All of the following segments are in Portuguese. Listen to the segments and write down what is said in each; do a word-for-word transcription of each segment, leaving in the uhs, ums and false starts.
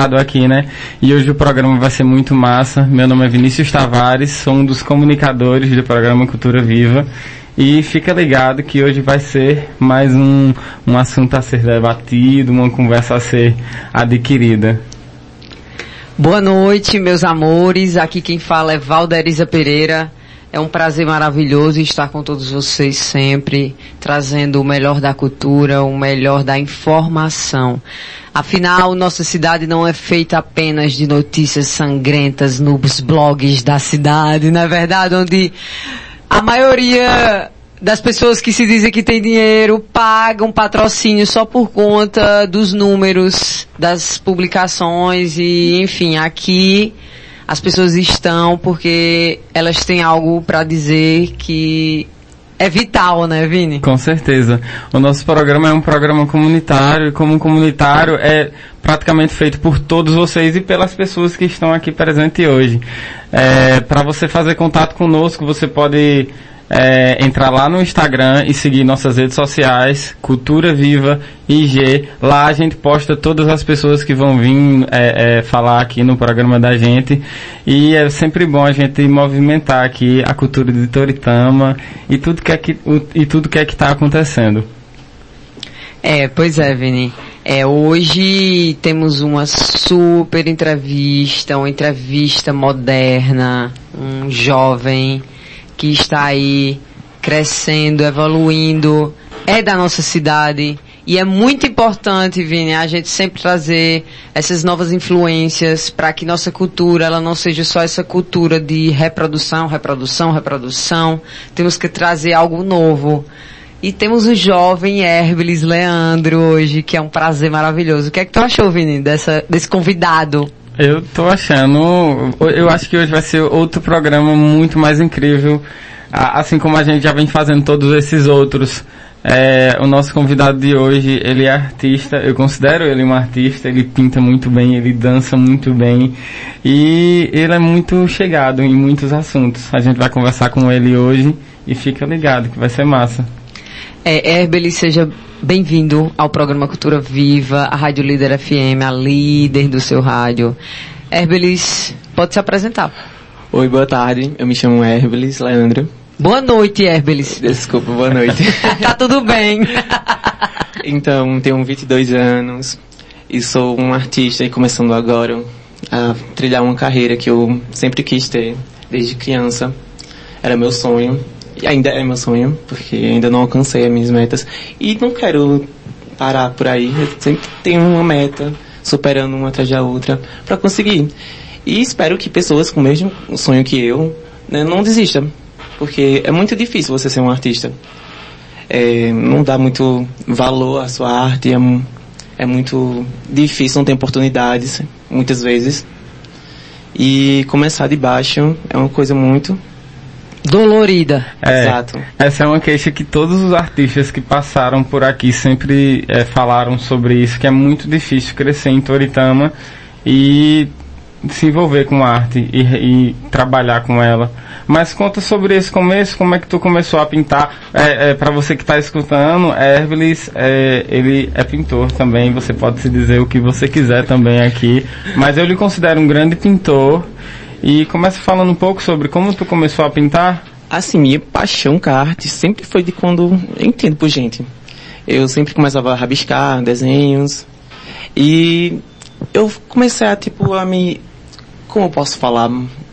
convidado aqui, né? E hoje o programa vai ser muito massa. Meu nome é Vinícius Tavares, sou um dos comunicadores do programa Cultura Viva. E fica ligado que hoje vai ser mais um, um assunto a ser debatido, uma conversa a ser adquirida. Boa noite, meus amores. Aqui quem fala é Valderiza Pereira. É um prazer maravilhoso estar com todos vocês sempre, trazendo o melhor da cultura, o melhor da informação. Afinal, nossa cidade não é feita apenas de notícias sangrentas nos blogs da cidade, não é verdade? Onde a maioria das pessoas que se dizem que tem dinheiro pagam patrocínio só por conta dos números das publicações e, enfim, aqui as pessoas estão porque elas têm algo para dizer que é vital, né, Vini? Com certeza. O nosso programa é um programa comunitário e como comunitário é praticamente feito por todos vocês e pelas pessoas que estão aqui presentes hoje. É, para você fazer contato conosco, você pode É, entrar lá no Instagram e seguir nossas redes sociais, Cultura Viva I G. Lá a gente posta todas as pessoas que vão vir é, é, falar aqui no programa da gente. E é sempre bom a gente movimentar aqui a cultura de Toritama e tudo que é que, e tudo que é que está acontecendo. É, pois é, Vini. É, hoje temos uma super entrevista, uma entrevista moderna, um jovem que está aí crescendo, evoluindo, é da nossa cidade e é muito importante, Vini, a gente sempre trazer essas novas influências para que nossa cultura, ela não seja só essa cultura de reprodução, reprodução, reprodução. Temos que trazer algo novo. E temos o jovem Hérbilis Leandro hoje, que é um prazer maravilhoso. O que é que tu achou, Vini, dessa, desse convidado? Eu tô achando, eu acho que hoje vai ser outro programa muito mais incrível, assim como a gente já vem fazendo todos esses outros. É, o nosso convidado de hoje, ele é artista, eu considero ele um artista, ele pinta muito bem, ele dança muito bem e ele é muito chegado em muitos assuntos. A gente vai conversar com ele hoje e fica ligado que vai ser massa. É, Hérbilis, seja bem-vindo ao programa Cultura Viva, a Rádio Líder F M, a líder do seu rádio. Hérbilis, pode se apresentar. Oi, boa tarde. Eu me chamo Hérbilis Leandro. Boa noite, Hérbilis. Desculpa, boa noite. Tá tudo bem. Então, tenho vinte e dois anos e sou um artista e começando agora a trilhar uma carreira que eu sempre quis ter desde criança. Era meu sonho. E ainda é meu sonho, porque ainda não alcancei as minhas metas. E não quero parar por aí. Eu sempre tenho uma meta, superando uma atrás da outra, para conseguir. E espero que pessoas com o mesmo sonho que eu, né, não desistam. Porque é muito difícil você ser um artista. É, não dá muito valor à sua arte. É, é muito difícil, não tem oportunidades, muitas vezes. E começar de baixo é uma coisa muito dolorida. É, exato. Essa é uma queixa que todos os artistas que passaram por aqui sempre é, falaram sobre isso, que é muito difícil crescer em Toritama e se envolver com a arte e, e trabalhar com ela. Mas conta sobre esse começo, como é que tu começou a pintar? É, é, para você que está escutando, Hérbilis, é, ele é pintor também, você pode se dizer o que você quiser também aqui, mas eu lhe considero um grande pintor. E começa falando um pouco sobre como tu começou a pintar. Assim, minha paixão com a arte sempre foi de quando eu entendo por gente. Eu sempre começava a rabiscar desenhos. E eu comecei a, tipo, a me... Como eu posso falar?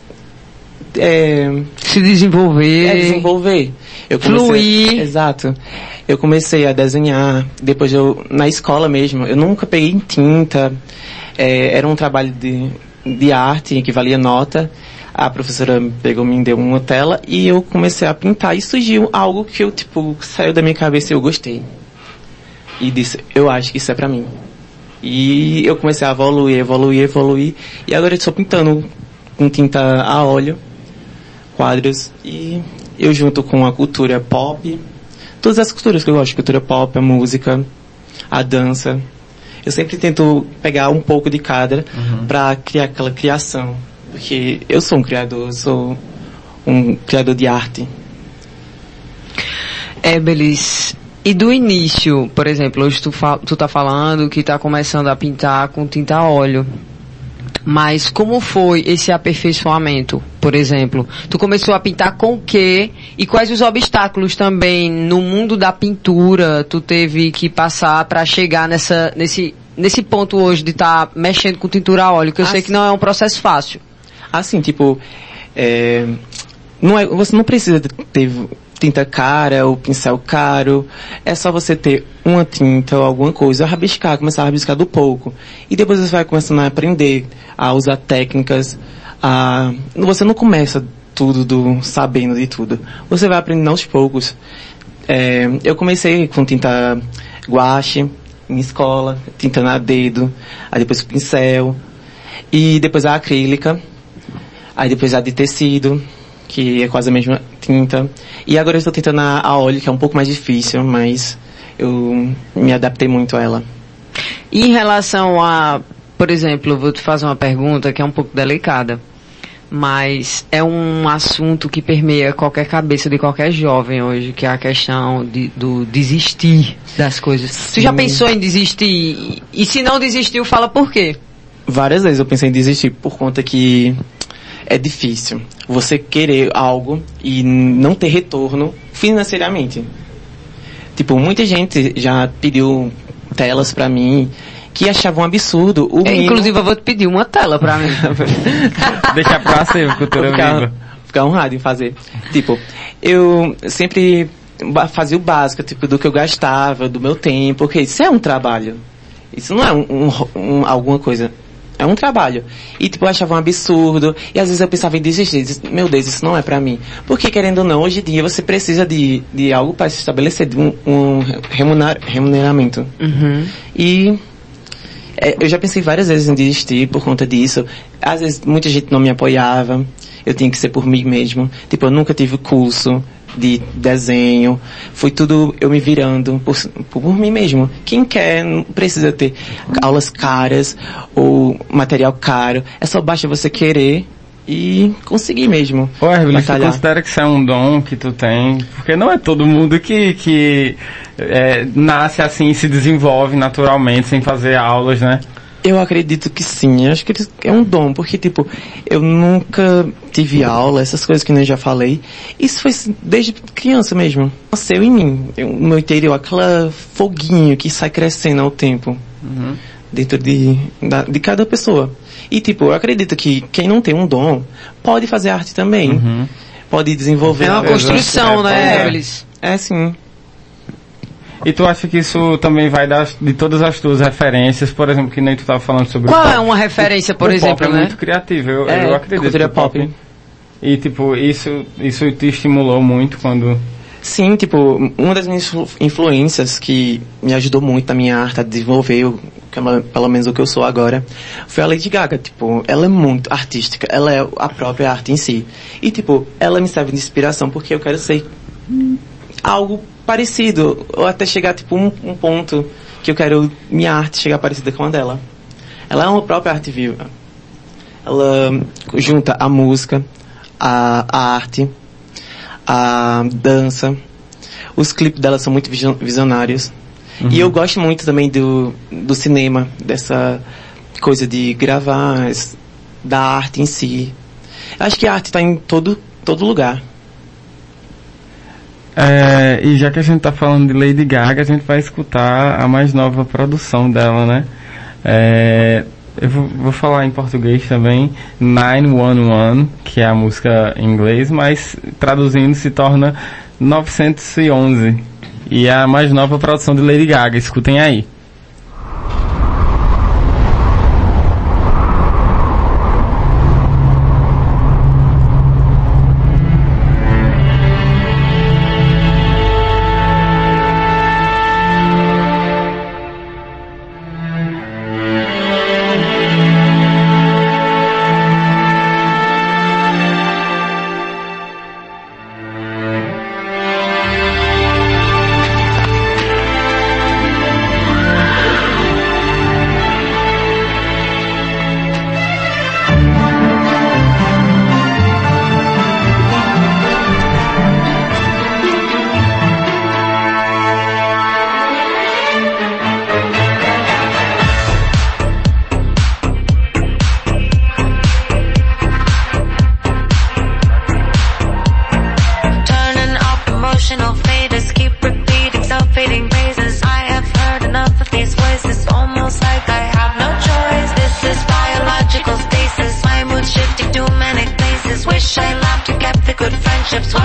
É... Se desenvolver. É, desenvolver. Eu comecei, fluir. Exato. Eu comecei a desenhar. Depois eu... Na escola mesmo. Eu nunca peguei tinta. É, era um trabalho de... de arte, que valia nota. A professora pegou, me deu uma tela e eu comecei a pintar e surgiu algo que eu, tipo, saiu da minha cabeça e eu gostei. E disse, eu acho que isso é pra mim. E eu comecei a evoluir, evoluir, evoluir e agora eu estou pintando com tinta a óleo, quadros, e eu junto com a cultura pop, todas as culturas que eu gosto, cultura pop, a música, a dança. Eu sempre tento pegar um pouco de cada uhum. para criar aquela criação. Porque eu sou um criador, eu sou um criador de arte. Hérbilis, e do início, por exemplo, hoje tu, fa- tu tá falando que tá começando a pintar com tinta a óleo. Mas como foi esse aperfeiçoamento, por exemplo? Tu começou a pintar com o quê? E quais os obstáculos também no mundo da pintura tu teve que passar para chegar nessa, nesse, nesse ponto hoje de estar tá mexendo com tintura a óleo? Que eu assim, sei que não é um processo fácil. Assim, tipo, é, não é, você não precisa ter tinta cara ou pincel caro. É só você ter uma tinta ou alguma coisa, rabiscar, começar a rabiscar do pouco. E depois você vai começando a aprender a usar técnicas. A... Você não começa tudo do, sabendo de tudo. Você vai aprendendo aos poucos. É, eu comecei com tinta guache em escola, tinta na dedo, aí depois o pincel, e depois a acrílica, aí depois a de tecido, que é quase a mesma tinta. E agora eu estou tentando a, a óleo, que é um pouco mais difícil, mas eu me adaptei muito a ela. E em relação a, por exemplo, eu vou te fazer uma pergunta que é um pouco delicada, mas é um assunto que permeia qualquer cabeça de qualquer jovem hoje, que é a questão de, do desistir das coisas. Sim. Tu já pensou em desistir? E se não desistiu, fala por quê? Várias vezes eu pensei em desistir, por conta que é difícil você querer algo e não ter retorno financeiramente. Tipo, muita gente já pediu telas pra mim que achavam um absurdo. O eu, mínimo... Inclusive, eu vou te pedir uma tela pra mim. Deixa pra ser, cultura ficar, viva. Ficar honrado em fazer. Tipo, eu sempre fazia o básico, tipo, do que eu gastava, do meu tempo, porque isso é um trabalho. Isso não é um, um, um, alguma coisa. É um trabalho. E, tipo, eu achava um absurdo. E, às vezes, eu pensava em desistir. Meu Deus, isso não é pra mim. Porque, querendo ou não, hoje em dia, você precisa de, de algo para se estabelecer, de um, um remuner, remuneramento. Uhum. E é, eu já pensei várias vezes em desistir por conta disso. Às vezes, muita gente não me apoiava. Eu tinha que ser por mim mesmo. Tipo, eu nunca tive curso de desenho, foi tudo eu me virando por, por mim mesmo. Quem quer não precisa ter aulas caras ou material caro, é só basta você querer e conseguir mesmo. Ô, Herville, você considera que isso é um dom que tu tem? Porque não é todo mundo que, que é, nasce assim e se desenvolve naturalmente sem fazer aulas, né? Eu acredito que sim, eu acho que é um dom, porque, tipo, eu nunca tive aula, essas coisas que eu já falei, isso foi desde criança mesmo, nasceu em mim, eu, no meu interior, aquela foguinho que sai crescendo ao tempo, uhum. dentro de, da, de cada pessoa. E, tipo, eu acredito que quem não tem um dom, pode fazer arte também, uhum. pode desenvolver. É uma construção, é, né, Herville? É, é sim. E tu acha que isso também vai dar de todas as tuas referências, por exemplo, que nem tu estava falando sobre Qual o pop. é uma referência, por o exemplo, pop né? é muito criativo, eu, é, eu acredito. Cultura pop. pop. E, tipo, isso, isso te estimulou muito quando... Sim, tipo, uma das minhas influências que me ajudou muito na minha arte a desenvolver, o, pelo menos o que eu sou agora, foi a Lady Gaga. Tipo, ela é muito artística, ela é a própria arte em si. E, tipo, ela me serve de inspiração porque eu quero ser algo parecido, ou até chegar, tipo, um, um ponto que eu quero minha arte chegar parecida com a dela. Ela é uma própria arte viva. Ela junta a música, a, a arte, a dança. Os clipes dela são muito visionários. Uhum. E eu gosto muito também do, do cinema, dessa coisa de gravar, da arte em si. Eu acho que a arte está em todo, todo lugar. É, e já que a gente tá falando de Lady Gaga, a gente vai escutar a mais nova produção dela, né? É, eu vou, vou falar em português também, nove um um, que é a música em inglês, mas traduzindo se torna novecentos e onze. E é a mais nova produção de Lady Gaga, escutem aí.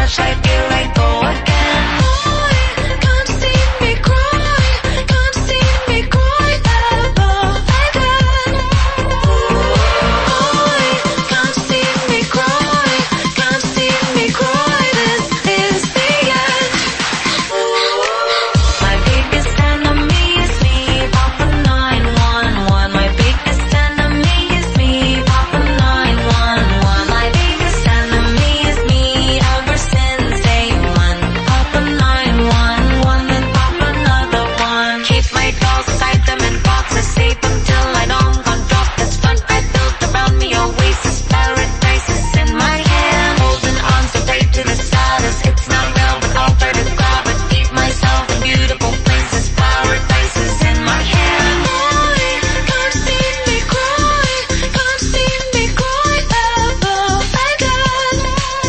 touch, I feel like go again. Boy, can't see me cry, can't see me cry ever again. Boy, can't see me cry, can't see me cry, this is the end. My biggest enemy is me, Papa nine one one. My biggest enemy is me, Papa nine one one. My biggest enemy is me ever since day one. Papa nine one one and Papa another one. Keep my dolls, hide them in boxes, save them till I don't gon' drop this fun I built around me. Always this paradise is in my hand, holding on so tight to the status. It's not real but I'll try to grab it. Keep myself in beautiful places, paradise is in my hand. Boy, can't see me cry, can't see me cry ever again.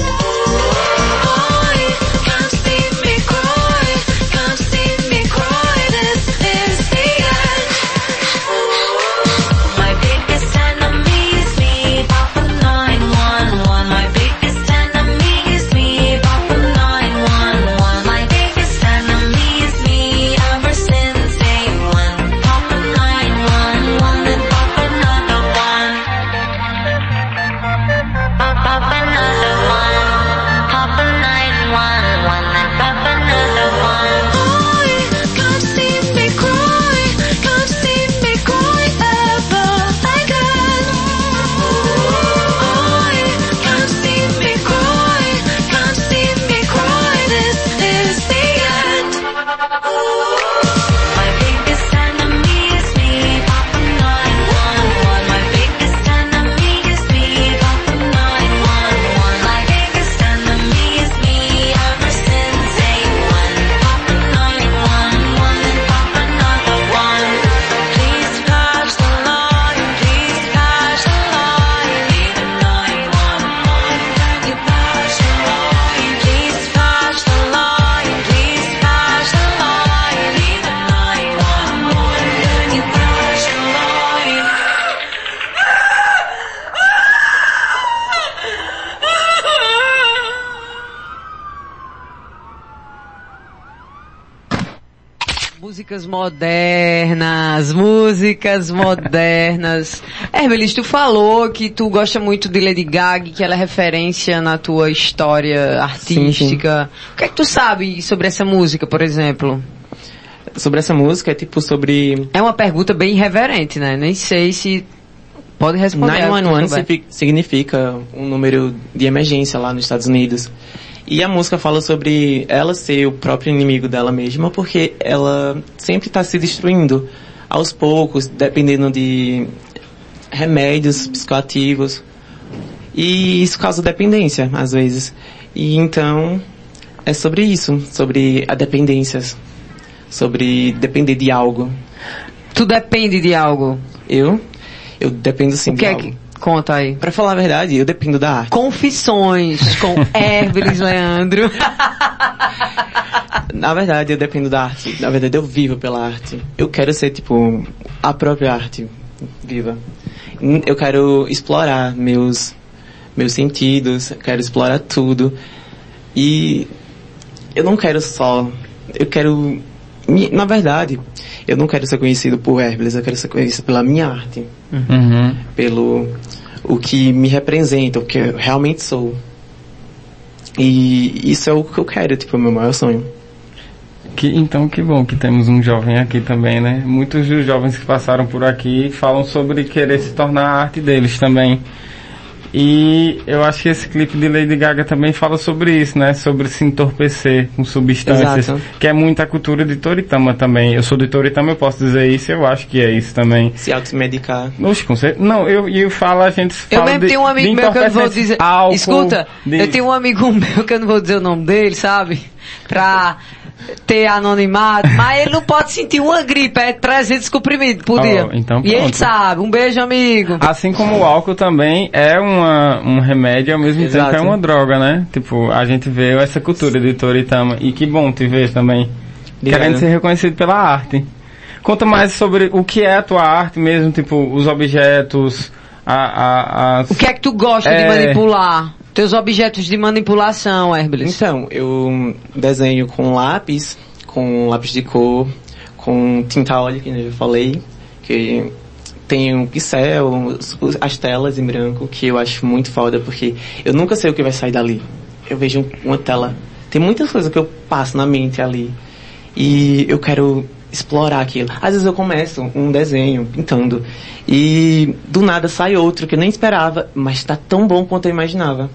Boy, can't see me cry, can't see me cry, this is the end. My biggest enemy is me, Papa nine one one. My biggest enemy is me, Papa nine one one. My biggest enemy is me ever since day one. Papa nine one one and Papa another one. Papa another one. Papa nine one one and Papa another one. Boy, can't see me cry, can't see me cry ever again. Boy, can't see me cry, can't see me cry, this is the end. My biggest enemy is me, Papa nine one one. My biggest enemy is me, Papa nine one one. My biggest enemy is me ever since day one. Papa nine one one and Papa another one. Please patch the line, please patch the line. Even nine one one, can you patch the line? Please patch the line, please patch the line. Even nine one one, can you patch the line? Músicas modernas, músicas modernas. Hermelis, tu falou que tu gosta muito de Lady Gaga, que ela é referência na tua história artística. O que é que tu sabe sobre essa música, por exemplo? Sobre essa música, é tipo sobre... É uma pergunta bem irreverente, né? Nem sei se pode responder. nove um um significa- significa um número de emergência lá nos Estados Unidos. E a música fala sobre ela ser o próprio inimigo dela mesma, porque ela sempre está se destruindo aos poucos, dependendo de remédios psicoativos. E isso causa dependência, às vezes. E então, é sobre isso, sobre a dependência, sobre depender de algo. Tu depende de algo? Eu? Eu dependo sim O de que é algo. que... Conta aí. Pra falar a verdade, eu dependo da arte. Confissões com Hermelis Leandro. Na verdade, eu dependo da arte. Na verdade, eu vivo pela arte. Eu quero ser, tipo, a própria arte viva. Eu quero explorar meus, meus sentidos, eu quero explorar tudo. E eu não quero só... Eu quero... Na verdade, eu não quero ser conhecido por Hermelis, eu quero ser conhecido pela minha arte. Uhum. Pelo o que me representa, o que eu realmente sou. E isso é o que eu quero, tipo, é o meu maior sonho. Que, então, que bom que temos um jovem aqui também, né? Muitos dos jovens que passaram por aqui falam sobre querer se tornar a arte deles também. E eu acho que esse clipe de Lady Gaga também fala sobre isso, né? Sobre se entorpecer com substâncias. Exato. Que é muita cultura de Toritama também. Eu sou de Toritama, eu posso dizer isso, eu acho que é isso também. Se automedicar. Oxe, com certeza. Não, eu, eu falo, a gente Eu fala mesmo de, tenho um amigo meu que eu não vou dizer... álcool, Escuta, de... eu tenho um amigo meu que eu não vou dizer o nome dele, sabe? Pra ter anonimato, mas ele não pode sentir uma gripe, é trezentos comprimidos por Oh, dia. então e ele pronto. sabe. Um beijo, amigo. Assim como o álcool também é uma, um remédio, ao mesmo Exato. tempo é uma droga, né? Tipo, a gente vê essa cultura de Toritama. E que bom te ver também. Obrigado. Querendo ser reconhecido pela arte. Conta mais sobre o que é a tua arte mesmo, tipo, os objetos, a... a, as... O que é que tu gosta É. de manipular? Teus objetos de manipulação, Herbelis. Então, eu desenho com lápis, com lápis de cor, com tinta óleo, que eu já falei, que tem um pincel, as telas em branco, que eu acho muito foda, porque eu nunca sei o que vai sair dali. Eu vejo uma tela, tem muitas coisas que eu passo na mente ali, e eu quero explorar aquilo. Às vezes eu começo um desenho, pintando, e do nada sai outro que eu nem esperava, mas tá tão bom quanto eu imaginava.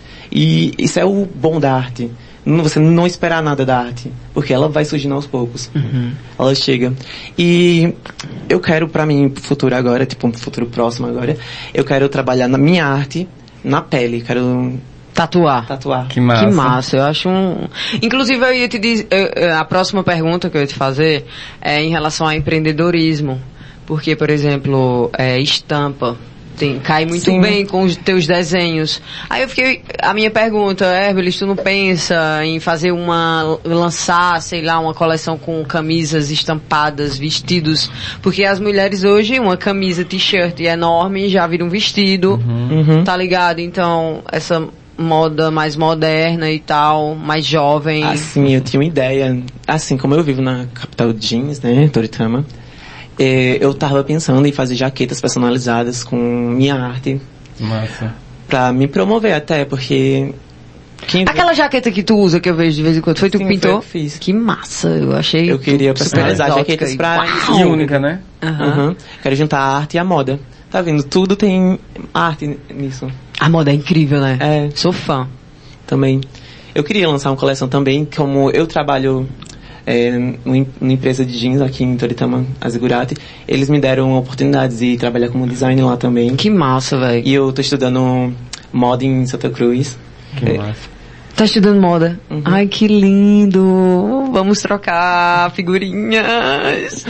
E isso é o bom da arte. Você não esperar nada da arte, porque ela vai surgindo aos poucos. Uhum. Ela chega. E eu quero pra mim, pro futuro agora, tipo um futuro próximo agora, eu quero trabalhar na minha arte, na pele. Quero Tatuar. tatuar. Que massa. Que massa, eu acho um... Inclusive, eu ia te dizer, eu- eu- a próxima pergunta que eu ia te fazer é em relação ao empreendedorismo. Porque, por exemplo, é, estampa tem, cai muito Sim. bem com os teus desenhos. Aí eu fiquei... A minha pergunta, Herbelis, tu não pensa em fazer uma... lançar, sei lá, uma coleção com camisas estampadas, vestidos? Porque as mulheres hoje, uma camisa, t-shirt enorme, já vira um vestido, Uhum. tá ligado? Então, essa... moda mais moderna e tal, mais jovem. Assim, eu tinha uma ideia, assim como eu vivo na capital de jeans, né, Toritama, eh, eu tava pensando em fazer jaquetas personalizadas com minha arte, Massa. pra me promover até, porque... Quem Aquela jaqueta que tu usa, que eu vejo de vez em quando, foi tu que Sim, foi pintou? eu que fiz. Que massa, eu achei. Eu queria super personalizar exótica jaquetas e- pra... E única, né? Aham. Uhum. Quero juntar a arte e a moda. Tá vendo? Tudo tem arte nisso. A moda é incrível, né? É. Sou fã. Também. Eu queria lançar uma coleção também, como eu trabalho é, numa numa empresa de jeans aqui em Toritama, a Zigurati. Eles me deram oportunidades de trabalhar como design lá também. Que massa, velho. E eu tô estudando moda em Santa Cruz. Que É, massa. Tá estudando moda. Uhum. Ai, que lindo. Vamos trocar figurinhas.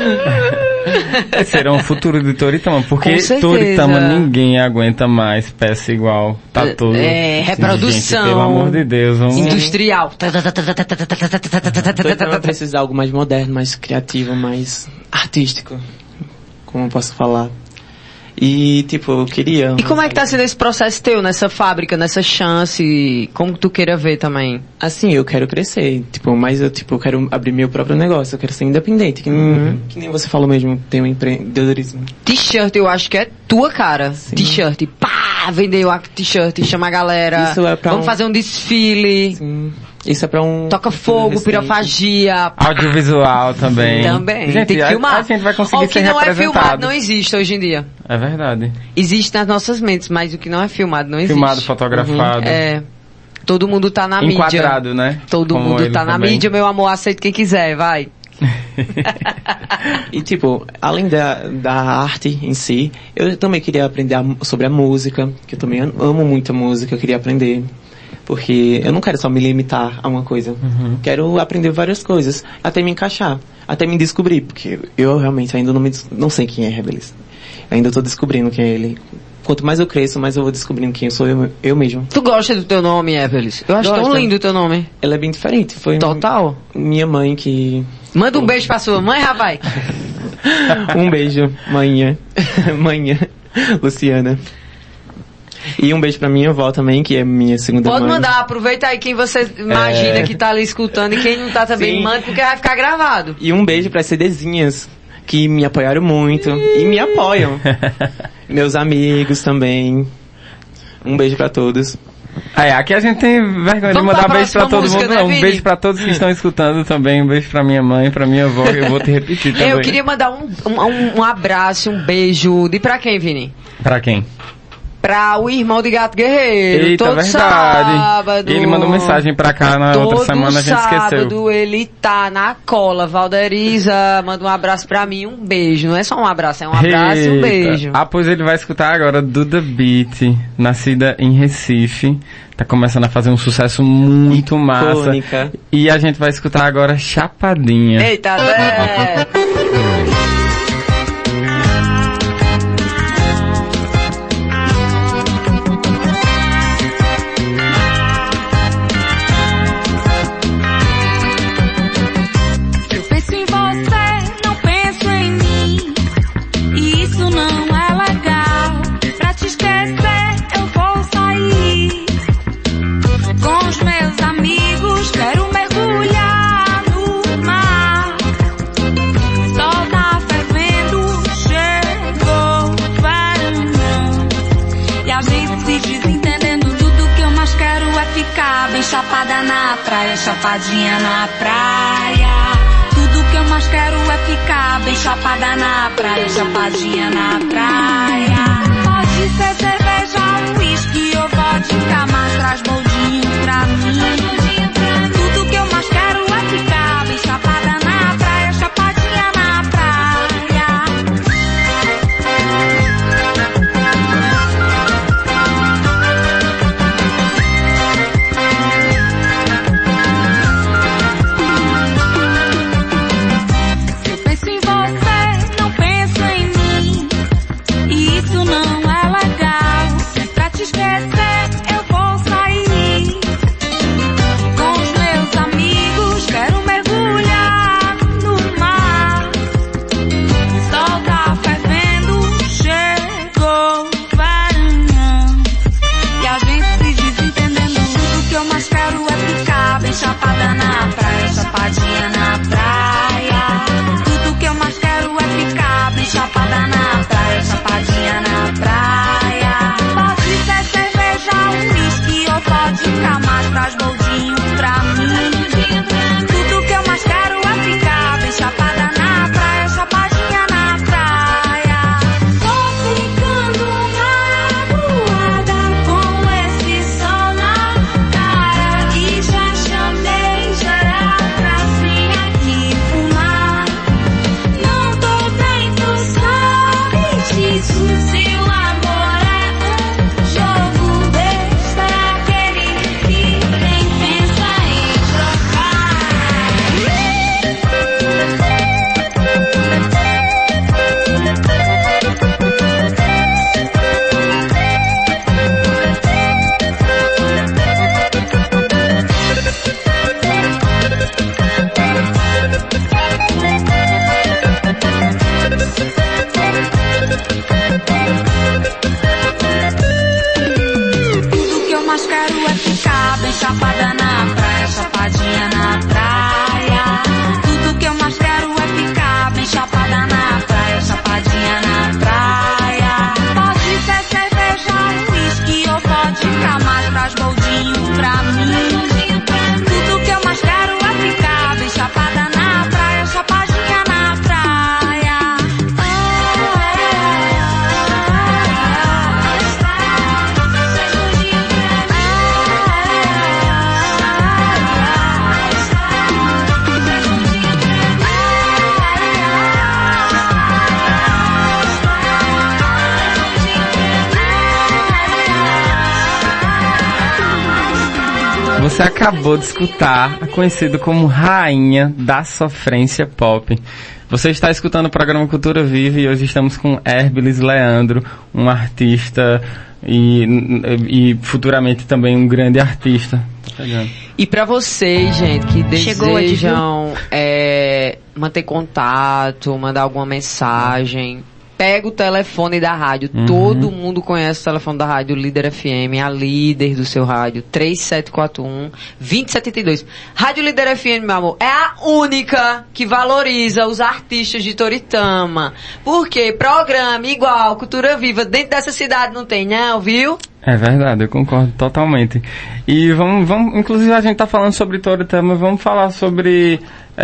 Esse será um futuro de Toritama, porque Com certeza. Toritama ninguém aguenta mais peça igual. Tá É, todo. é, reprodução. Gente, pelo amor de Deus, vamos. Industrial. Toritama precisa de algo mais moderno, mais criativo, mais artístico. Como eu posso falar. E, tipo, eu queria... E como é que tá sendo esse processo teu, nessa fábrica, nessa chance? Como tu queira ver também? Assim, eu quero crescer, tipo, mas eu, tipo, eu quero abrir meu próprio negócio, eu quero ser independente, que, nem- que nem você falou mesmo, tem um empreendedorismo. T-shirt, eu acho que é tua cara. T-shirt, pá, vendeu a t-shirt, chama a galera. Isso é pra Vamos um- fazer um desfile. Sim, isso é pra um... Toca fogo, recente. pirofagia. Audiovisual também. Também. Gente, tem que a- filmar. A, gente vai conseguir Ó, o que ser não é representado. filmado não existe hoje em dia. É verdade. Existe nas nossas mentes, mas o que não é filmado não existe. Filmado, fotografado. É. Todo mundo tá na mídia. Enquadrado, né? Todo Como mundo ele tá na também. mídia, meu amor, aceita quem quiser, vai. E, tipo, além da, da arte em si, eu também queria aprender a- sobre a música, que eu também amo muito a música, eu queria aprender. Porque eu não quero só me limitar a uma coisa. Quero aprender várias coisas, até me encaixar, até me descobrir, porque eu realmente ainda não, me, des- não sei quem é Herbelis. Ainda tô descobrindo quem é ele. Quanto mais eu cresço, mais eu vou descobrindo quem eu sou eu, eu mesmo. Tu gosta do teu nome, Evelis? Eu acho tão Gosto. lindo o teu nome. Ela é bem diferente. Foi Total. minha mãe que... Manda um beijo pra sua mãe, rapaz. Um beijo, manhã. Manhã, Luciana. E um beijo pra minha avó também, que é minha segunda Pode mãe. mandar, aproveita aí quem você imagina que tá ali escutando e quem não tá também, Sim. manda porque vai ficar gravado. E um beijo para as CDzinhas, que me apoiaram muito e me apoiam. Meus amigos também. Um beijo pra todos. É, aqui a gente tem vergonha de Vamos mandar pra beijo pra próxima todo música, mundo. né, Não, um Vini? beijo pra todos que estão escutando também. Um beijo pra minha mãe, pra minha avó. Eu vou te repetir também. Eu queria mandar um, um, um abraço, um beijo. De pra quem, Vini? Pra quem? Pra o irmão de Gato Guerreiro. Eita, todo verdade. sábado. Ele mandou mensagem pra cá na Todo outra semana, a gente sábado esqueceu. ele tá na cola. Valderiza, manda um abraço pra mim, um beijo. Não é só um abraço, é um abraço e um Eita. beijo. Ah, pois ele vai escutar agora Duda Beat, nascida em Recife. Tá começando a fazer um sucesso muito massa. Icônica. E a gente vai escutar agora Chapadinha. Eita, Zé! Eu penso em você, não penso em mim. E isso não é legal. Pra te esquecer, eu vou sair. a gente se desentendendo. Tudo que eu mais quero é ficar bem chapada na praia, chapadinha na praia. Tudo que eu mais quero é ficar bem chapada na praia, chapadinha na praia. Pode ser cerveja, um whisky ou vodka, mas traz boldinho pra mim. Tudo que eu mais quero é ficar bem chapada na praia, chapadinha na praia. Se eu penso em você, não penso em mim, e isso não é legal. Pra te esquecer eu vou sair com os meus amigos, quero mergulhar no mar. O sol tá fervendo, chegou o verão, e a gente se desentendendo. Tudo que eu mais quero é ficar bem chapada na praia, chapadinha na praia. Tudo que eu mais quero é ficar bem chapada na praia, chapadinha na praia. Pode ser cerveja, um whisky ou vodka, mas traz boldinho pra mim. Tudo que eu mais quero é ficar bem chapada na praia, chapadinha na praia. Tô ficando magoada com esse sol na cara, e já chamei geral pra vir aqui fumar. Não tô bem, tu sabe disso. Se o amor é um jogo besta, aquele que nem pensa em trocar. Tudo que eu mais quero é ficar bem chapada na praia, chapadinha na praia. Tudo que eu mais quero é ficar bem chapada na praia, chapadinha na praia. Pode ser cerveja, um whisky ou vodka, mas traz boldinho pra mim. Tudo que eu mais quero é ficar bem chapada na praia, chapadinha na praia. Você acabou de escutar a conhecida como Rainha da Sofrência Pop. Você está escutando o programa Cultura Vive e hoje estamos com Hérbiles Leandro, um artista e, e futuramente também um grande artista. Tá chegando. E pra vocês, gente, que Chegou a desejam é, manter contato, mandar alguma mensagem, pega o telefone da rádio. Uhum. Todo mundo conhece o telefone da rádio Líder F M, a líder do seu rádio, três sete quatro um, dois zero sete dois. Rádio Líder F M, meu amor, é a única que valoriza os artistas de Toritama. Porque programa igual Cultura Viva dentro dessa cidade não tem não, viu? É verdade, eu concordo totalmente. E vamos, vamos inclusive a gente tá falando sobre Toritama, vamos falar sobre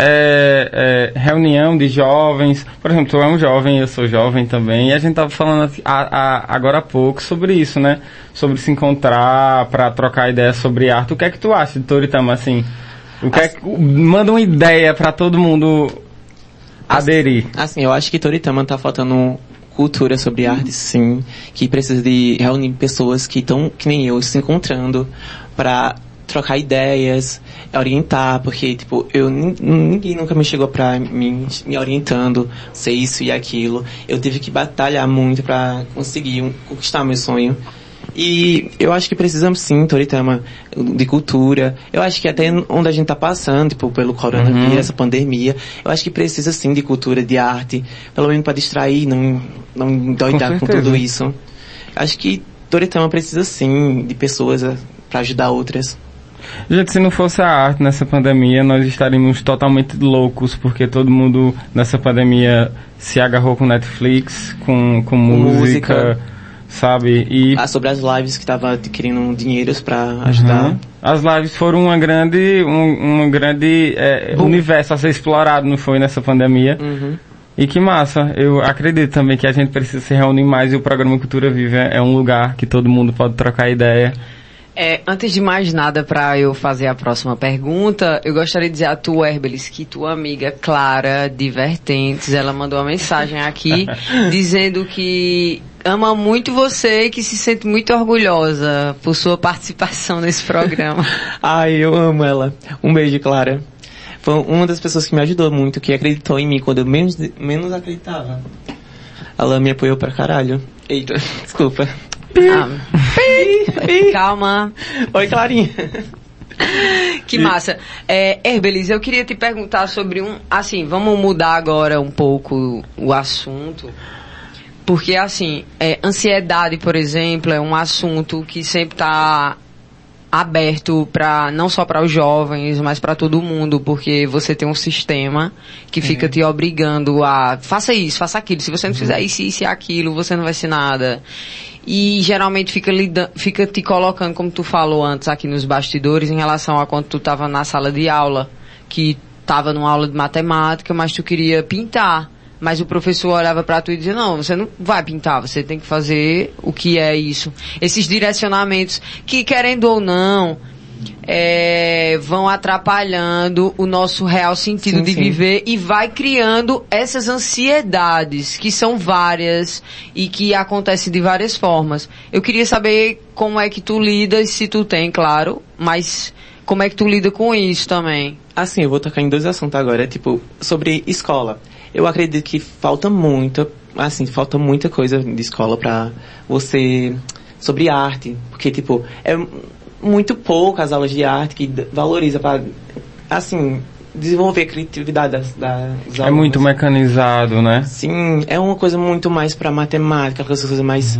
é, é, reunião de jovens. Por exemplo, tu é um jovem, eu sou jovem também, e a gente tava falando a, a, agora há pouco sobre isso, né? Sobre se encontrar para trocar ideias sobre arte. O que é que tu acha de Toritama, assim? O que é que, manda uma ideia para todo mundo aderir. Assim, eu acho que Toritama tá faltando cultura sobre arte, sim, que precisa de reunir pessoas que estão, que nem eu, se encontrando para trocar ideias, orientar, porque, tipo, eu, ninguém nunca me chegou pra mim, me orientando, ser isso e aquilo. Eu tive que batalhar muito pra conseguir um, conquistar meu sonho. E eu acho que precisamos sim, Toritama, de cultura. Eu acho que até onde a gente tá passando, tipo, pelo coronavírus, uhum. essa pandemia, eu acho que precisa sim de cultura, de arte, pelo menos para distrair, não, não endoidar com, com tudo isso. Acho que Toritama precisa sim de pessoas para ajudar outras. Gente, se não fosse a arte nessa pandemia, nós estaríamos totalmente loucos, porque todo mundo nessa pandemia se agarrou com Netflix, com, com música, música. sabe? E Ah, sobre as lives que tava adquirindo dinheiros pra ajudar. Uhum. As lives foram uma grande, um, um grande é, universo a ser explorado, não foi, nessa pandemia? Uhum. E que massa. Eu acredito também que a gente precisa se reunir mais e o programa Cultura Viva é um lugar que todo mundo pode trocar ideia. É, antes de mais nada, para eu fazer a próxima pergunta, eu gostaria de dizer a tu, Herbelis, que tua amiga Clara de Vertentes, ela mandou uma mensagem aqui dizendo que ama muito você e que se sente muito orgulhosa por sua participação nesse programa. Ai, eu amo ela. Um beijo, Clara. Foi uma das pessoas que me ajudou muito, que acreditou em mim quando eu menos, menos acreditava. Ela me apoiou pra caralho. Eita, desculpa. Ah, calma. Oi, Clarinha. Que massa. É, Herbelis, eu queria te perguntar sobre um... Assim, vamos mudar agora um pouco o assunto. Porque, assim, é, ansiedade, por exemplo, é um assunto que sempre está aberto para não só para os jovens, mas para todo mundo, porque você tem um sistema que fica Uhum. te obrigando a faça isso, faça aquilo. Se você não fizer isso, isso e aquilo, você não vai ser nada. E geralmente fica, lida, fica te colocando, como tu falou antes aqui nos bastidores, em relação a quando tu estava na sala de aula, que estava numa aula de matemática, mas tu queria pintar. Mas o professor olhava pra tu e dizia, não, você não vai pintar, você tem que fazer o que é isso. Esses direcionamentos que, querendo ou não, é, vão atrapalhando o nosso real sentido Sim, de sim. viver e vai criando essas ansiedades, que são várias e que acontecem de várias formas. Eu queria saber como é que tu lidas, se tu tem, claro, mas como é que tu lida com isso também. Assim, eu vou tocar em dois assuntos agora, tipo, sobre escola. Eu acredito que falta muita, assim, falta muita coisa de escola pra você, sobre arte, porque, tipo, é muito pouco as aulas de arte que d- valoriza pra, assim, desenvolver a criatividade das, das É alunos. muito mecanizado, né? Sim, é uma coisa muito mais pra matemática, aquelas coisas mais,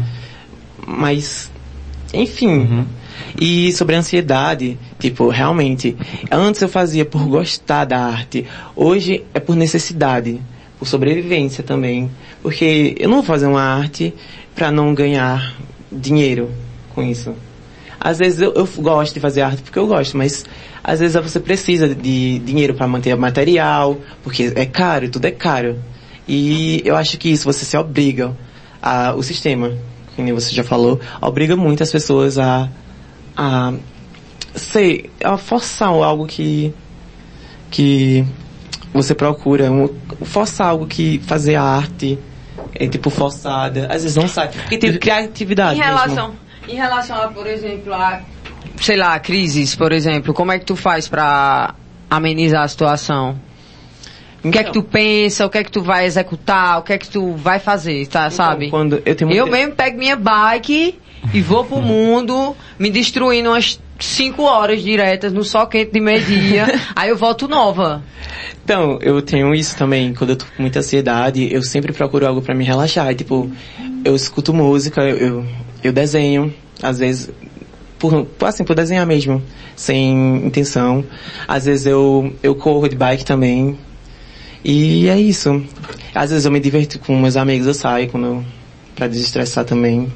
mais, enfim. Uhum. E sobre a ansiedade, tipo, realmente, antes eu fazia por gostar da arte, hoje é por necessidade, por sobrevivência também, porque eu não vou fazer uma arte pra não ganhar dinheiro com isso. Às vezes eu, eu gosto de fazer arte porque eu gosto, mas às vezes você precisa de dinheiro pra manter o material, porque é caro, tudo é caro. E eu acho que isso você se obriga, a, o sistema, como você já falou, obriga muito as pessoas a a sei, a forçar algo que que você procura, um, forçar algo que fazer a arte é tipo forçada, às vezes não sai, porque tem criatividade Em mesmo. relação, em relação a, por exemplo, a, sei lá, crises, por exemplo, como é que tu faz pra amenizar a situação? O que é que tu pensa, o que é que tu vai executar, o que é que tu vai fazer, tá, Então, sabe? quando eu tenho Eu muita- mesmo pego minha bike e vou pro mundo, me destruindo umas cinco horas diretas no sol quente de meio-dia, aí eu volto nova. Então, eu tenho isso também, quando eu tô com muita ansiedade, eu sempre procuro algo pra me relaxar, e, tipo, eu escuto música, eu, eu, eu desenho, às vezes, por, assim, por desenhar mesmo, sem intenção, às vezes eu, eu corro de bike também, e é isso. Às vezes eu me diverto com meus amigos, eu saio quando eu, pra desestressar também.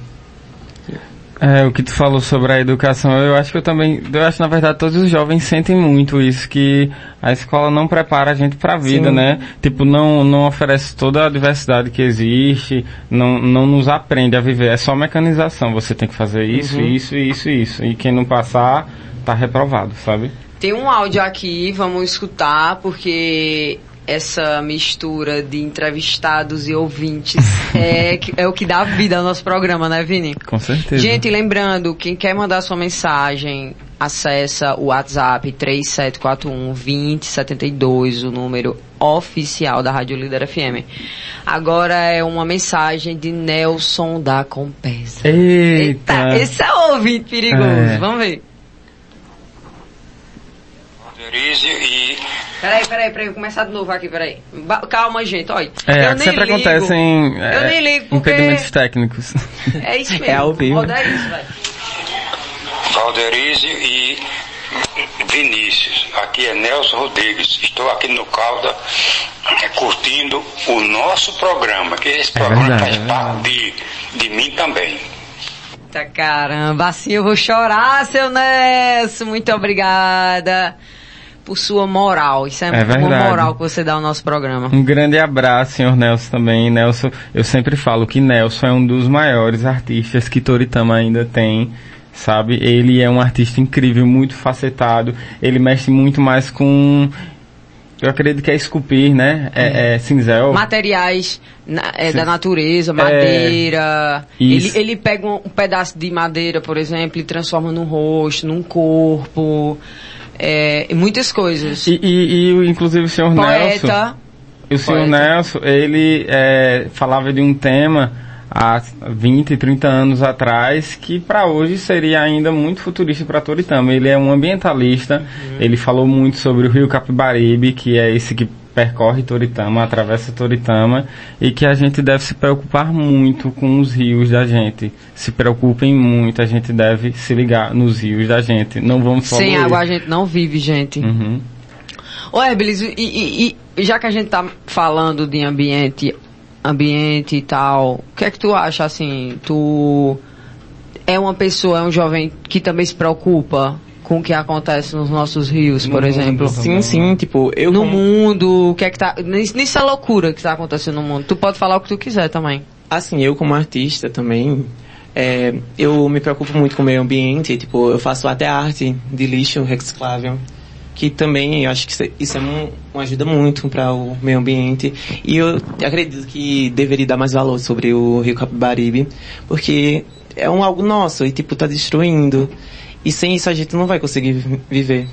É, o que tu falou sobre a educação, eu acho que eu também, eu acho na verdade todos os jovens sentem muito isso, que a escola não prepara a gente pra vida, Sim. né? Tipo, não, não oferece toda a diversidade que existe, não, não nos aprende a viver, é só mecanização, você tem que fazer isso, Uhum. isso, isso, isso, e quem não passar, tá reprovado, sabe? Tem um áudio aqui, vamos escutar, porque essa mistura de entrevistados e ouvintes é, que- é o que dá vida ao nosso programa, né, Vini? Com certeza. Gente, lembrando, quem quer mandar sua mensagem, acessa o WhatsApp três sete quatro um, dois zero sete dois, o número oficial da Rádio Líder F M. Agora é uma mensagem de Nelson da Compesa. Eita! Esse é o ouvinte perigoso, É. vamos ver. Valderize e Peraí, peraí, peraí, vou começar de novo aqui, peraí. Ba- Calma, gente, olha. É, eu nem sempre ligo. acontecem Eu é, nem ligo porque impedimentos técnicos. é isso mesmo. É ao vivo. Roda isso, vai. Valderize e Vinícius. Aqui é Nelson Rodrigues. Estou aqui no Calda é, curtindo o nosso programa, que esse É programa verdade, faz é parte de, de mim também. Eita caramba, assim eu vou chorar, seu Nelson. Muito obrigada por sua moral. Isso é, É uma verdade. moral que você dá ao nosso programa. Um grande abraço, senhor Nelson, também. Nelson, eu sempre falo que Nelson é um dos maiores artistas que Toritama ainda tem, sabe? Ele é um artista incrível, muito facetado. Ele mexe muito mais com... Eu acredito que é esculpir, né? É, é cinzel. Materiais na- é, Sim. da natureza, madeira. Isso. Ele, ele pega um, um pedaço de madeira, por exemplo, e transforma num rosto, num corpo. É, e muitas coisas. E, e, e, inclusive, o senhor Nelson... Poeta. O senhor Poeta. Nelson, ele é, falava de um tema há vinte, trinta anos atrás que para hoje seria ainda muito futurista para Toritama. Ele é um ambientalista, Uhum. ele falou muito sobre o rio Capibaribe, que é esse que percorre Toritama, atravessa Toritama, e que a gente deve se preocupar muito com os rios da gente. Se preocupem muito, a gente deve se ligar nos rios da gente. Não vamos Sem poluir. água a gente não vive, gente. Uhum. Ô, Herbelis, e, e- e já que a gente tá falando de ambiente, ambiente e tal, o que é que tu acha, assim, tu é uma pessoa, é um jovem que também se preocupa com o que acontece nos nossos rios, por No exemplo? mundo. Sim, sim, tipo, eu... No como- mundo, o que é que tá, nis- nessa loucura que tá acontecendo no mundo. Tu pode falar o que tu quiser também. Assim, eu como artista também, é, eu me preocupo muito com o meio ambiente, tipo, eu faço até arte de lixo reciclável, que também eu acho que isso- isso é um, uma ajuda muito para o meio ambiente. E eu acredito que deveria dar mais valor sobre o Rio Capibaribe, porque é um algo nosso e tipo tá destruindo. E sem isso a gente não vai conseguir vi- viver.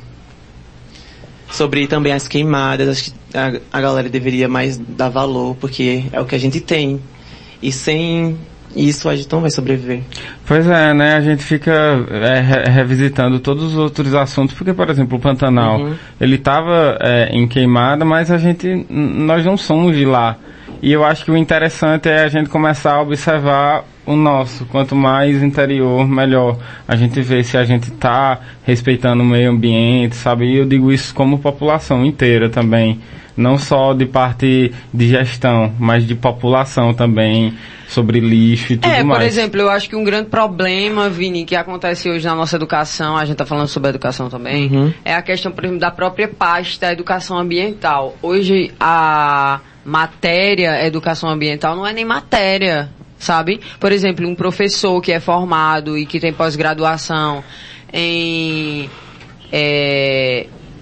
Sobre também as queimadas, acho que a, a galera deveria mais dar valor, porque é o que a gente tem. E sem isso a gente não vai sobreviver. Pois é, né? A gente fica é, re- revisitando todos os outros assuntos, porque, por exemplo, o Pantanal, Uhum. ele estava em queimada, mas a gente, n- nós não somos de lá. E eu acho que o interessante é a gente começar a observar o nosso. Quanto mais interior, melhor. A gente vê se a gente está respeitando o meio ambiente, sabe? E eu digo isso como população inteira também. Não só de parte de gestão, mas de população também, sobre lixo e tudo É, mais. por exemplo, eu acho que um grande problema, Vini, que acontece hoje na nossa educação, a gente tá falando sobre a educação também, Uhum. é a questão, por exemplo, da própria parte da educação ambiental. Hoje, a matéria educação ambiental não é nem matéria, sabe? Por exemplo, um professor que é formado e que tem pós-graduação em... é,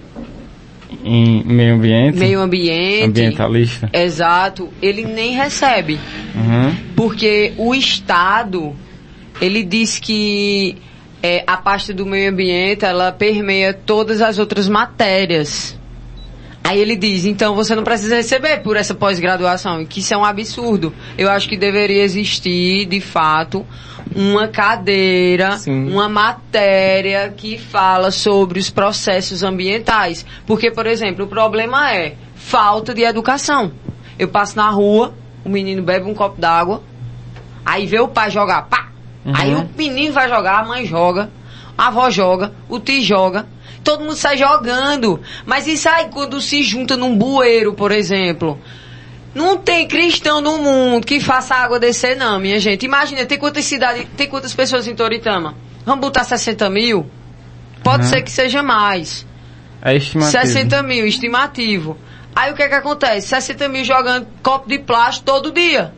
Em meio ambiente, meio ambiente, ambientalista. exato, ele nem recebe. Uhum. Porque o Estado, ele diz que é, a parte do meio ambiente, ela permeia todas as outras matérias. Aí ele diz, então você não precisa receber por essa pós-graduação, e que isso é um absurdo. Eu acho que deveria existir, de fato, uma cadeira, Sim. uma matéria que fala sobre os processos ambientais. Porque, por exemplo, o problema é falta de educação. Eu passo na rua, o menino bebe um copo d'água, aí vê o pai jogar, pá! Uhum. Aí o menino vai jogar, a mãe joga, a avó joga, o tio joga, todo mundo sai jogando. Mas isso aí, quando se junta num bueiro, por exemplo, não tem cristão no mundo que faça a água descer, não, minha gente. Imagina, tem quantas cidades, tem quantas pessoas em Toritama? Vamos botar sessenta mil? Pode Uhum. ser que seja mais. É estimativo. sessenta mil, estimativo. Aí o que é que acontece? sessenta mil jogando copo de plástico todo dia.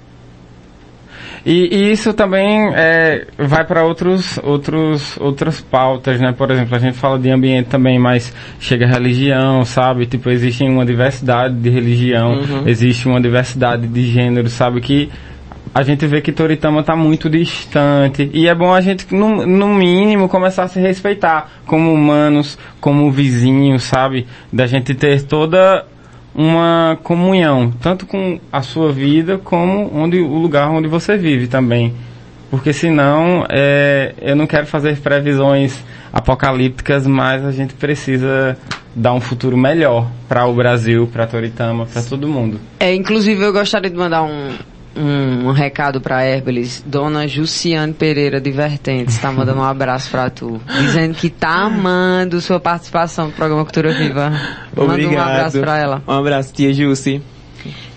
E, e isso também é, vai para outros, outros, outras pautas, né? Por exemplo, a gente fala de ambiente também, mas chega a religião, sabe? Tipo, existe uma diversidade de religião, Uhum. existe uma diversidade de gênero, sabe? Que a gente vê que Toritama está muito distante. E é bom a gente, no, no mínimo, começar a se respeitar como humanos, como vizinhos, sabe? Da gente ter toda uma comunhão, tanto com a sua vida como onde, o lugar onde você vive também. Porque senão, é, eu não quero fazer previsões apocalípticas, mas a gente precisa dar um futuro melhor para o Brasil, para Toritama, para todo mundo. É, inclusive eu gostaria de mandar um, um, um recado pra Herbelis. Dona Jussiane Pereira de Vertentes tá mandando um abraço pra tu, dizendo que tá amando sua participação no programa Cultura Viva. Manda um abraço pra ela. Um abraço, tia Jussi.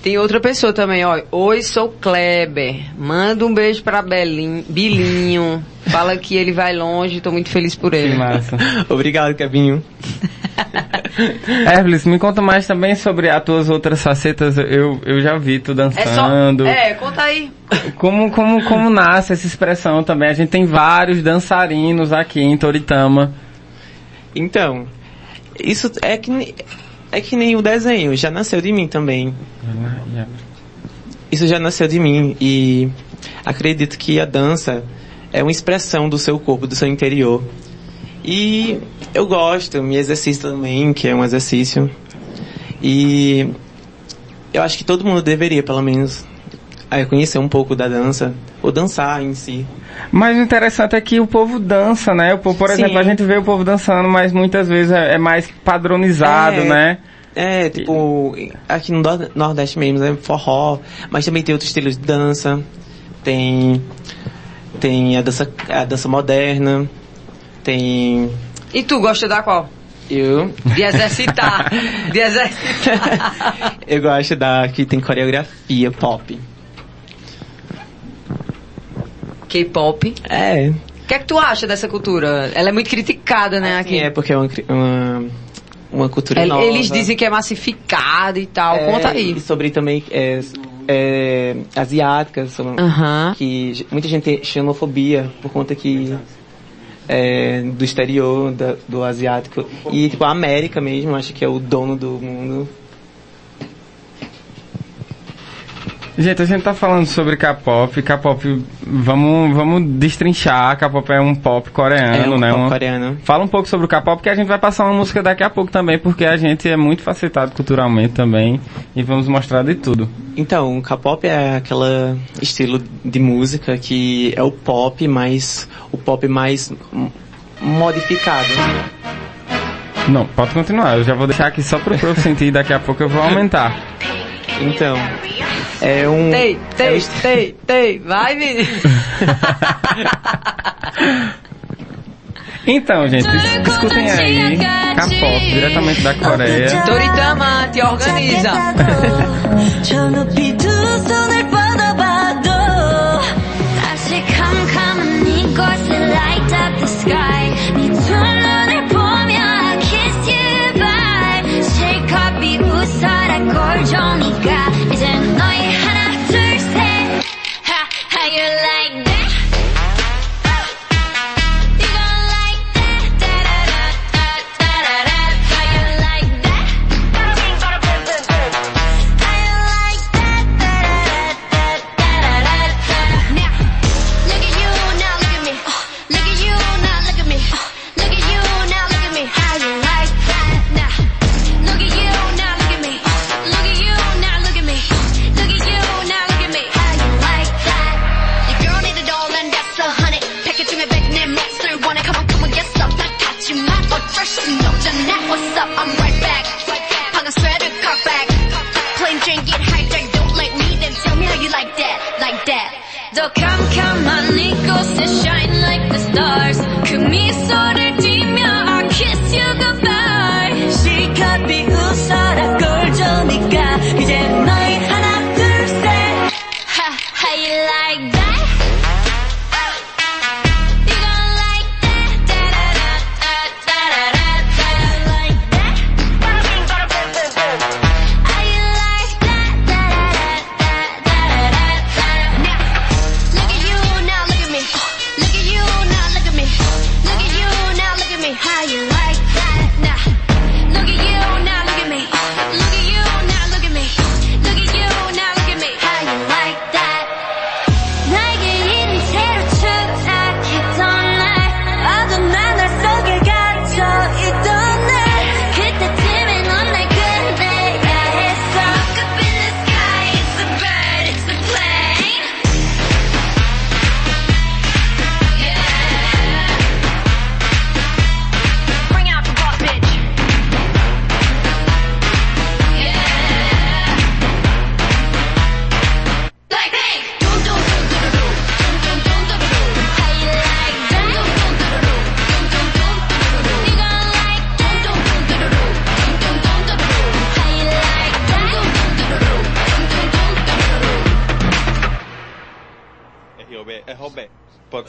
Tem outra pessoa também, ó. Oi, sou Kleber. Manda um beijo pra Belinho, Bilinho. Fala que ele vai longe, tô muito feliz por ele. Que massa. Obrigado, Kevinho. Hércules, me conta mais também sobre as tuas outras facetas. Eu, eu já vi tu É só. dançando. É, conta aí. Como, como, como nasce essa expressão também? A gente tem vários dançarinos aqui em Toritama. Então, isso é que, ne- é que nem o desenho, já nasceu de mim também. Isso já nasceu de mim e acredito que a dança é uma expressão do seu corpo, do seu interior. E eu gosto, me exercito também, que é um exercício. E eu acho que todo mundo deveria, pelo menos, é, conhecer um pouco da dança, ou dançar em si. Mas o interessante é que o povo dança, né? O povo, por Sim. exemplo, a gente vê o povo dançando, mas muitas vezes é, é mais padronizado, É. né? É, tipo, aqui no Nor- Nordeste mesmo, é forró, mas também tem outros estilos de dança. Tem, tem a dança, a dança moderna, tem... E tu gosta da qual? Eu... De exercitar. De exercitar. eu gosto da que tem coreografia pop. K-pop. É, O que é que tu acha dessa cultura? Ela é muito criticada, né, aqui. é porque é uma, cri- uma, uma cultura El- nova. Eles dizem que é massificada e tal. É, Conta aí. E sobre também é, é, asiáticas, sobre- Aham. que j- muita gente tem xenofobia por conta que é, do exterior, da- do asiático. E tipo, a América mesmo, acho que é o dono do mundo. Gente, a gente tá falando sobre K-pop. K-pop, vamos, vamos destrinchar. K-pop é um pop coreano, é um né? pop Uma- coreano. Fala um pouco sobre o K-pop, que a gente vai passar uma música daqui a pouco também, porque a gente é muito facetado culturalmente também. E vamos mostrar de tudo. Então, o K-pop é aquele estilo de música que é o pop, mas o pop mais m- modificado. Não, pode continuar. Eu já vou deixar aqui só pro prof sentir e daqui a pouco eu vou aumentar. Então, é um... Tei, é um tei, est- tei, tei. Vai, menino. Então, gente, es- escutem aí K-pop, diretamente da Coreia. Toritama, te organiza. 저 높이 두 손을 뻗어봐도 다시 캄캄한 이곳을 light up the sky 네 두 눈을 보며 I kiss you bye 실컷 비웃어라 꼴종이가 이제 너희 하나 둘셋 ha how you like that you gon' like that da da da da da da how you like that bada bing bada boom boom boom how you like that da da da da da da da now look at you now look at me look at you now look at me look at you now look at me how you like that now look at you now look at me look at you now look at me look at you now look at me how you like that your girl need a doll and that's a honey pack it to me back 내 몫을 원해 come on come on get some 다 같이만 어쩔 수 없잖아 what's up I'm right back 방금 sweater cut back plain drink get hijacked don't like me then tell me how you like that like that 더 캄캄한 이곳에 shine like the stars 그 미소를 띠며 I kiss you goodbye 실컷 비웃어라 꼴종이가 이제 너희 하나 둘셋 ha how you like that you gon' like that da da da da da da da like that bada bing bada boom boom boom how you like that da da da da da da now look at you now look at me look at you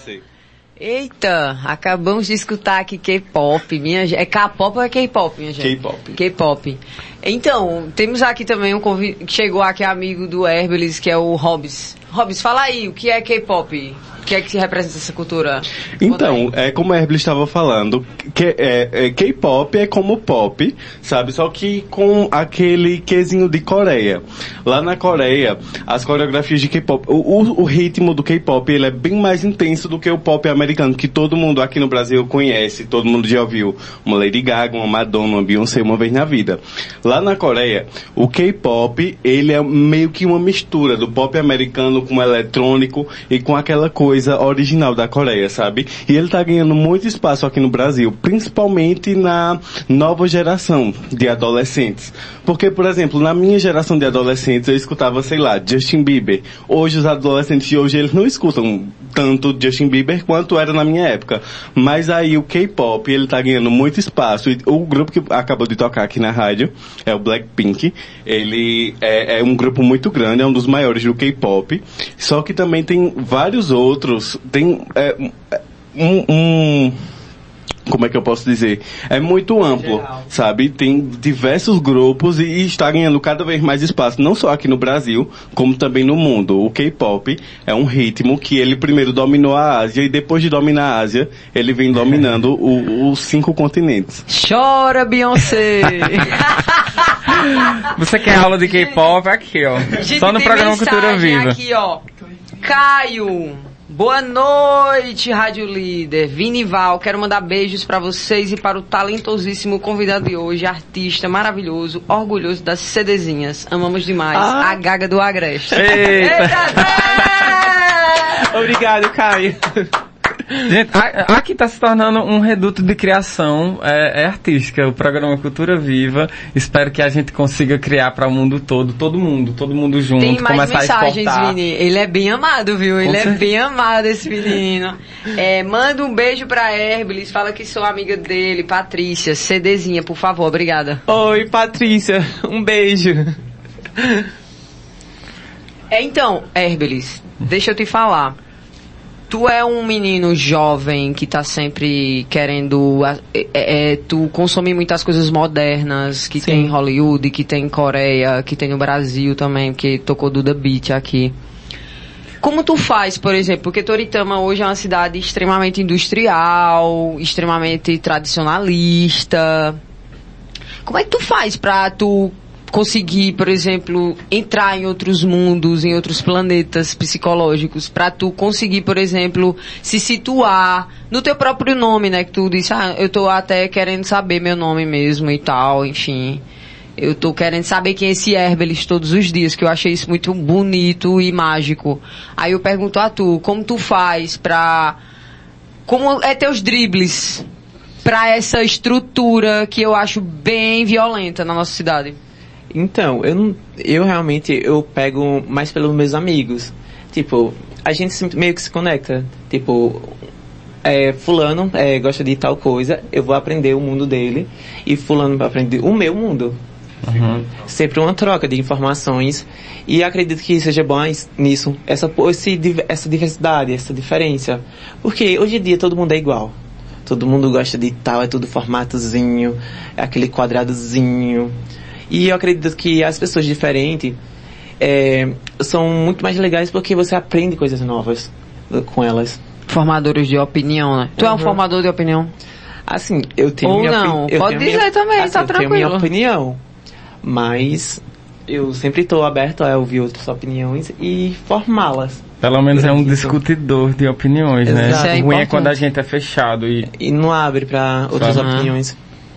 você. Eita, acabamos de escutar aqui K-pop, minha gente. É K-pop ou é K-pop, minha gente? K-pop. K-pop. Então, temos aqui também um convite que chegou aqui, amigo do Herbelis, que é o Hobbs. Hobbs, fala aí, o que é K-pop? O que é que se representa essa cultura? Então, é como a Herbert estava falando, que, é, é, K-pop é como pop, sabe? Só que com aquele quesinho de Coreia. Lá na Coreia, as coreografias de K-pop, o, o, o ritmo do K-pop, ele é bem mais intenso do que o pop americano, que todo mundo aqui no Brasil conhece, todo mundo já ouviu uma Lady Gaga, uma Madonna, uma Beyoncé uma vez na vida. Lá na Coreia, o K-pop, ele é meio que uma mistura do pop americano com o eletrônico e com aquela coisa original da Coreia, sabe? E ele tá ganhando muito espaço aqui no Brasil, principalmente na nova geração de adolescentes. Porque, por exemplo, na minha geração de adolescentes, eu escutava, sei lá, Justin Bieber. Hoje, os adolescentes de hoje, eles não escutam tanto Justin Bieber quanto era na minha época. Mas aí o K-pop, ele tá ganhando muito espaço. E o grupo que acabou de tocar aqui na rádio é o Blackpink. Ele é, é um grupo muito grande, é um dos maiores do K-pop. Só que também tem vários outros tem é, um, um como é que eu posso dizer? É muito amplo, geral, sabe? Tem diversos grupos e, e está ganhando cada vez mais espaço, não só aqui no Brasil, como também no mundo. O K-pop é um ritmo que ele primeiro dominou a Ásia e depois de dominar a Ásia, ele vem dominando o, os cinco continentes. Chora, Beyoncé! Você quer aula de K-pop? Aqui, ó. Gente, só no programa Cultura Viva. Aqui, ó. Caio, boa noite, Rádio Líder. Vinival, quero mandar beijos pra vocês e para o talentosíssimo convidado de hoje, artista maravilhoso, orgulhoso das CDzinhas. Amamos demais. Ah. A Gaga do Agreste. Eita! Eita, Obrigado, Caio. Gente, a- aqui está se tornando um reduto de criação é, é artística, o programa Cultura Viva. Espero que a gente consiga criar para o mundo todo, todo mundo, todo mundo junto, Tem mais começar a mensagens, exportar. Vini. Ele é bem amado, viu? Ele Com é certeza. bem amado, esse menino. É, manda um beijo pra Herbelis, fala que sou amiga dele, Patrícia. CDzinha, por favor, obrigada. Oi, Patrícia. Um beijo. É, então, Herbelis, deixa eu te falar. Tu é um menino jovem que tá sempre querendo... É, é, tu consome muitas coisas modernas, que Sim. tem em Hollywood, que tem em Coreia, que tem no Brasil também, porque tocou Duda Beat aqui. Como tu faz, por exemplo, porque Toritama hoje é uma cidade extremamente industrial, extremamente tradicionalista. Como é que tu faz pra tu conseguir, por exemplo, entrar em outros mundos, em outros planetas psicológicos, pra tu conseguir, por exemplo, se situar no teu próprio nome, né? Que tu disse, ah, eu tô até querendo saber meu nome mesmo e tal, enfim. Eu tô querendo saber quem é esse Herbelis todos os dias, que eu achei isso muito bonito e mágico. Aí eu pergunto a tu, como tu faz pra... Como é teus dribles pra essa estrutura que eu acho bem violenta na nossa cidade? Então, eu não, eu realmente, eu pego mais pelos meus amigos. Tipo, a gente se- meio que se conecta. Tipo, é, fulano é, gosta de tal coisa, eu vou aprender o mundo dele, e fulano vai aprender o meu mundo. Uhum. Sempre uma troca de informações, e acredito que seja bom is- nisso, essa, esse, div- essa diversidade, essa diferença. Porque hoje em dia todo mundo é igual. Todo mundo gosta de tal, é tudo formatozinho, é aquele quadradozinho. E eu acredito que as pessoas diferentes é, são muito mais legais porque você aprende coisas novas com elas. Formadores de opinião, né? Tu é um Uhum. formador de opinião? Assim, eu tenho Ou minha não, opini- eu pode tenho dizer minha, também, assim, tá eu tenho minha tranquilo. opinião, mas eu sempre estou aberto a ouvir outras opiniões e formá-las. Pelo menos é um Isso. discutidor de opiniões, né? Exato. Isso é O ruim é importante. quando a gente é fechado e... E não abre para outras Uhum. opiniões.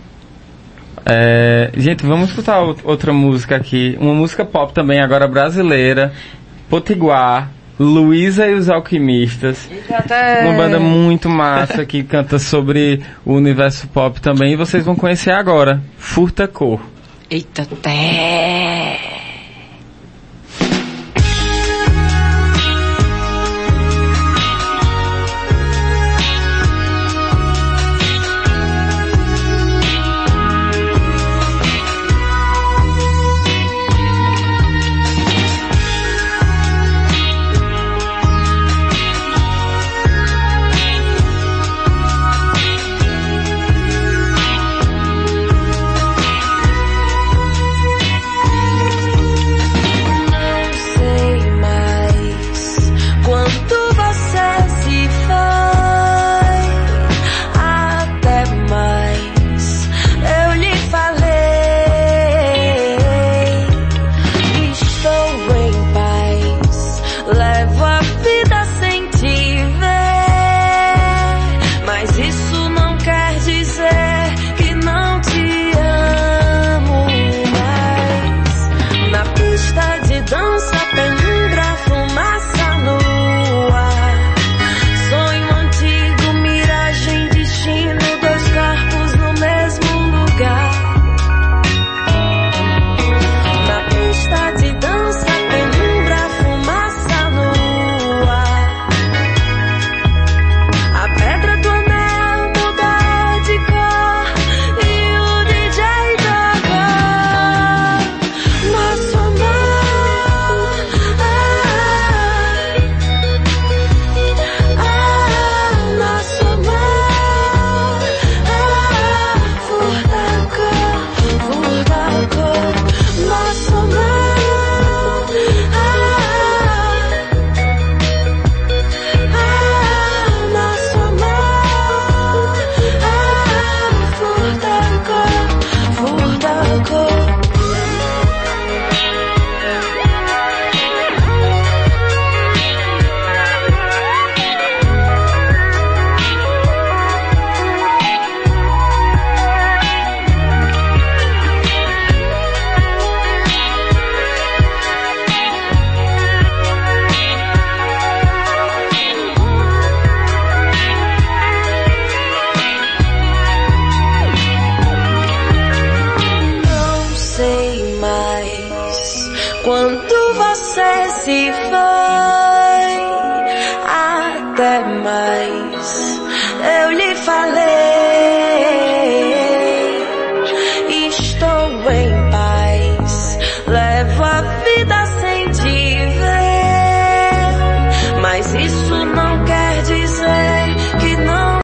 É, gente, vamos escutar o- outra música aqui. Uma música pop também, agora brasileira. Potiguar, Luísa e os Alquimistas. Uma banda muito massa que canta sobre o universo pop também. E vocês vão conhecer agora. Furta Cor. Eita, té! Furta falei.